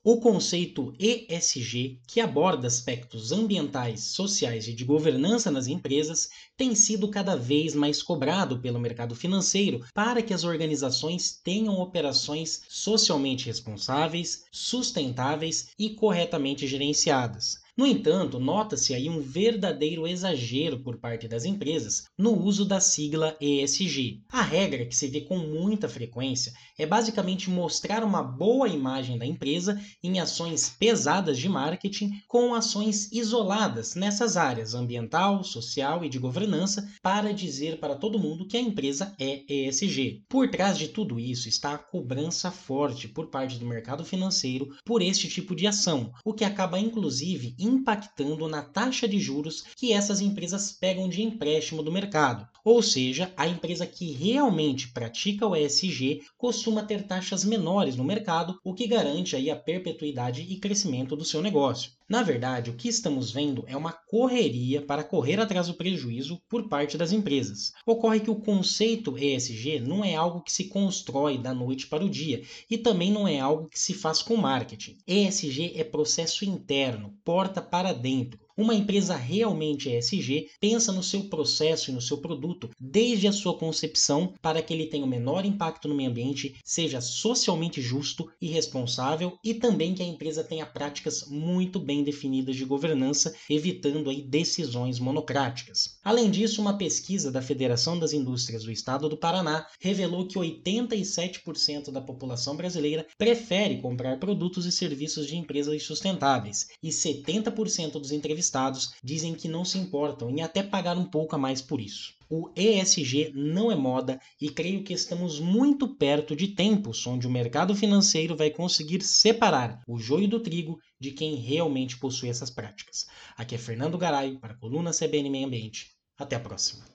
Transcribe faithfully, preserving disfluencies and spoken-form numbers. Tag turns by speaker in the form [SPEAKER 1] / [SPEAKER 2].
[SPEAKER 1] O conceito E S G, que aborda aspectos ambientais, sociais e de governança nas empresas, tem sido cada vez mais cobrado pelo mercado financeiro para que as organizações tenham operações socialmente responsáveis, sustentáveis e corretamente gerenciadas. No entanto, nota-se aí um verdadeiro exagero por parte das empresas no uso da sigla E S G. A regra que se vê com muita frequência é basicamente mostrar uma boa imagem da empresa em ações pesadas de marketing com ações isoladas nessas áreas ambiental, social e de governança para dizer para todo mundo que a empresa é E S G. Por trás de tudo isso está a cobrança forte por parte do mercado financeiro por este tipo de ação, o que acaba inclusive impactando na taxa de juros que essas empresas pegam de empréstimo do mercado. Ou seja, a empresa que realmente pratica o E S G costuma ter taxas menores no mercado, o que garante aí a perpetuidade e crescimento do seu negócio. Na verdade, o que estamos vendo é uma correria para correr atrás do prejuízo por parte das empresas. Ocorre que o conceito E S G não é algo que se constrói da noite para o dia e também não é algo que se faz com marketing. E S G é processo interno, porta para dentro. Uma empresa realmente E S G pensa no seu processo e no seu produto desde a sua concepção para que ele tenha o menor impacto no meio ambiente, seja socialmente justo e responsável e também que a empresa tenha práticas muito bem definidas de governança, evitando aí decisões monocráticas. Além disso, uma pesquisa da Federação das Indústrias do Estado do Paraná revelou que oitenta e sete por cento da população brasileira prefere comprar produtos e serviços de empresas sustentáveis e setenta por cento dos entrevistados dizem que não se importam em até pagar um pouco a mais por isso. O E S G não é moda e creio que estamos muito perto de tempos onde o mercado financeiro vai conseguir separar o joio do trigo de quem realmente possui essas práticas. Aqui é Fernando Garay para a coluna C B N Meio Ambiente. Até a próxima.